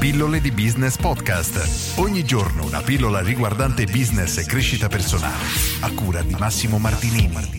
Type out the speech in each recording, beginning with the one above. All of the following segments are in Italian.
Pillole di Business Podcast. Ogni giorno una pillola riguardante business e crescita personale. A cura di Massimo Martinini.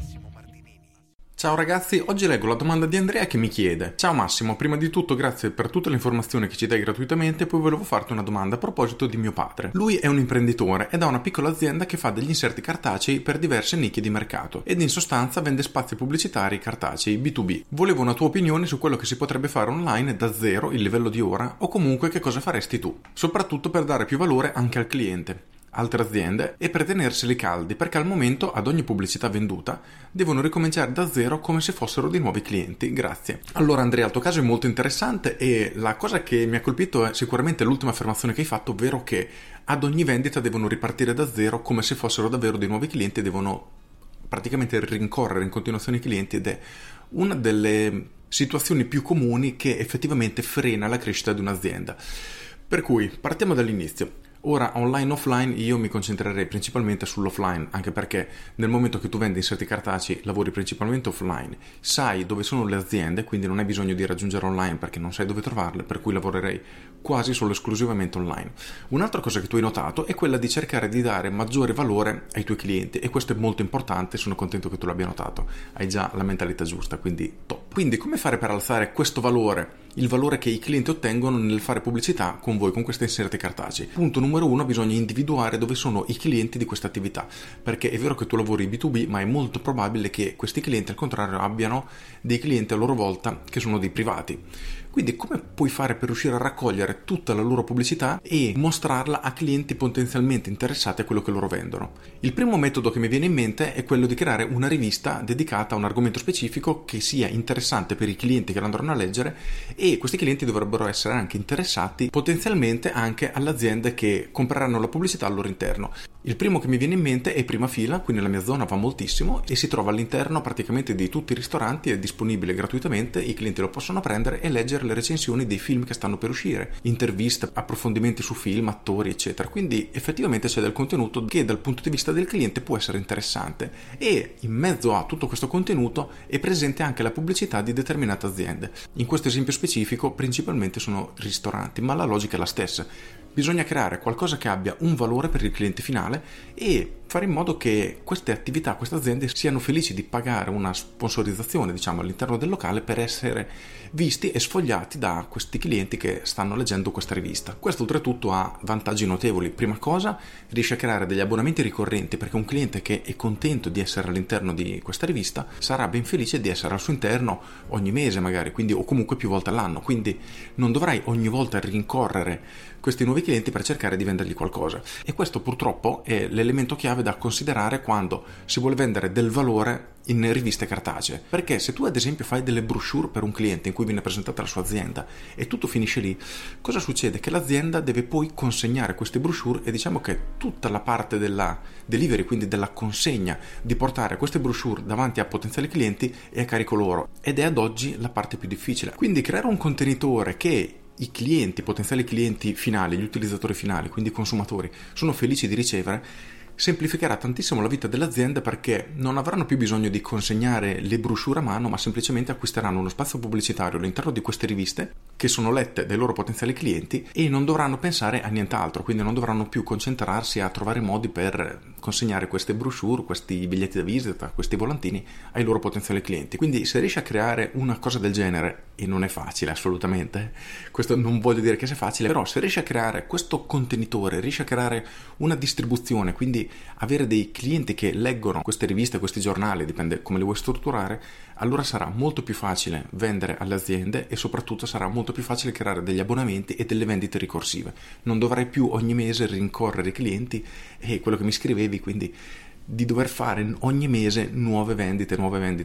Ciao ragazzi, oggi leggo la domanda di Andrea che mi chiede: ciao Massimo, prima di tutto grazie per tutte le informazioni che ci dai gratuitamente, poi volevo farti una domanda a proposito di mio padre. Lui è un imprenditore ed ha una piccola azienda che fa degli inserti cartacei per diverse nicchie di mercato ed in sostanza vende spazi pubblicitari cartacei B2B. Volevo una tua opinione su quello che si potrebbe fare online da zero, il livello di ora, o comunque che cosa faresti tu, soprattutto per dare più valore anche al cliente, altre aziende e per tenerseli caldi, perché al momento ad ogni pubblicità venduta devono ricominciare da zero come se fossero di nuovi clienti. Grazie. Allora Andrea, il tuo caso è molto interessante e la cosa che mi ha colpito è sicuramente l'ultima affermazione che hai fatto, ovvero che ad ogni vendita devono ripartire da zero come se fossero davvero di nuovi clienti e devono praticamente rincorrere in continuazione i clienti, ed è una delle situazioni più comuni che effettivamente frena la crescita di un'azienda. Per cui partiamo dall'inizio. Ora, online offline, io mi concentrerei principalmente sull'offline, anche perché nel momento che tu vendi inserti cartacei lavori principalmente offline, sai dove sono le aziende, quindi non hai bisogno di raggiungere online perché non sai dove trovarle, per cui lavorerei quasi solo esclusivamente online. Un'altra cosa che tu hai notato è quella di cercare di dare maggiore valore ai tuoi clienti, e questo è molto importante, sono contento che tu l'abbia notato, hai già la mentalità giusta, quindi top. Quindi come fare per alzare questo valore, il valore che i clienti ottengono nel fare pubblicità con voi, con questi inserti cartacei? Punto numero 1, bisogna individuare dove sono i clienti di questa attività, perché è vero che tu lavori B2B, ma è molto probabile che questi clienti al contrario abbiano dei clienti a loro volta che sono dei privati. Quindi come puoi fare per riuscire a raccogliere tutta la loro pubblicità e mostrarla a clienti potenzialmente interessati a quello che loro vendono? Il primo metodo che mi viene in mente è quello di creare una rivista dedicata a un argomento specifico che sia interessante per i clienti che la andranno a leggere, e questi clienti dovrebbero essere anche interessati potenzialmente anche alle aziende che compreranno la pubblicità al loro interno. Il primo che mi viene in mente è Prima Fila, qui nella mia zona va moltissimo e si trova all'interno praticamente di tutti i ristoranti, è disponibile gratuitamente, i clienti lo possono prendere e leggere le recensioni dei film che stanno per uscire, interviste, approfondimenti su film, attori eccetera, quindi effettivamente c'è del contenuto che dal punto di vista del cliente può essere interessante, e in mezzo a tutto questo contenuto è presente anche la pubblicità di determinate aziende. In questo esempio specifico principalmente sono ristoranti, ma la logica è la stessa. Bisogna creare qualcosa che abbia un valore per il cliente finale e fare in modo che queste attività, queste aziende siano felici di pagare una sponsorizzazione, diciamo, all'interno del locale per essere visti e sfogliati da questi clienti che stanno leggendo questa rivista. Questo oltretutto ha vantaggi notevoli. Prima cosa, riesce a creare degli abbonamenti ricorrenti, perché un cliente che è contento di essere all'interno di questa rivista sarà ben felice di essere al suo interno ogni mese magari, quindi, o comunque più volte all'anno, quindi non dovrai ogni volta rincorrere questi nuovi clienti per cercare di vendergli qualcosa. E questo purtroppo è l'elemento chiave da considerare quando si vuole vendere del valore in riviste cartacee, perché se tu ad esempio fai delle brochure per un cliente in cui viene presentata la sua azienda e tutto finisce lì, cosa succede? Che l'azienda deve poi consegnare queste brochure, e diciamo che tutta la parte della delivery, quindi della consegna, di portare queste brochure davanti a potenziali clienti, è a carico loro, ed è ad oggi la parte più difficile. Quindi creare un contenitore che i clienti, potenziali clienti finali, gli utilizzatori finali, quindi i consumatori, sono felici di ricevere, semplificherà tantissimo la vita dell'azienda, perché non avranno più bisogno di consegnare le brochure a mano, ma semplicemente acquisteranno uno spazio pubblicitario all'interno di queste riviste che sono lette dai loro potenziali clienti e non dovranno pensare a nient'altro, quindi non dovranno più concentrarsi a trovare modi per consegnare queste brochure, questi biglietti da visita, questi volantini ai loro potenziali clienti. Quindi se riesci a creare una cosa del genere, e non è facile assolutamente, questo non voglio dire che sia facile, però se riesci a creare questo contenitore, riesci a creare una distribuzione, quindi avere dei clienti che leggono queste riviste, questi giornali, dipende come li vuoi strutturare, allora sarà molto più facile vendere alle aziende e soprattutto sarà molto più facile creare degli abbonamenti e delle vendite ricorsive. Non dovrai più ogni mese rincorrere i clienti e quello che mi scrivevi, quindi di dover fare ogni mese nuove vendite,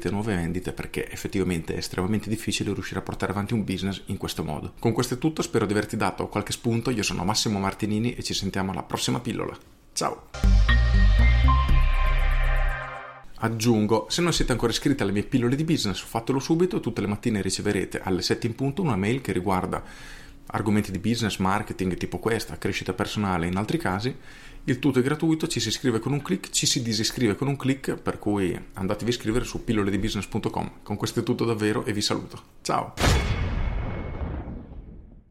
perché effettivamente è estremamente difficile riuscire a portare avanti un business in questo modo. Con questo è tutto, spero di averti dato qualche spunto. Io sono Massimo Martinini e ci sentiamo alla prossima pillola. Ciao! Aggiungo, se non siete ancora iscritti alle mie pillole di business, fatelo subito. Tutte le mattine riceverete alle 7 in punto una mail che riguarda argomenti di business, marketing tipo questa, crescita personale in altri casi. Il tutto è gratuito, ci si iscrive con un click, ci si disiscrive con un click, per cui andatevi a iscrivere su pilloledibusiness.com. Con questo è tutto davvero e vi saluto. Ciao!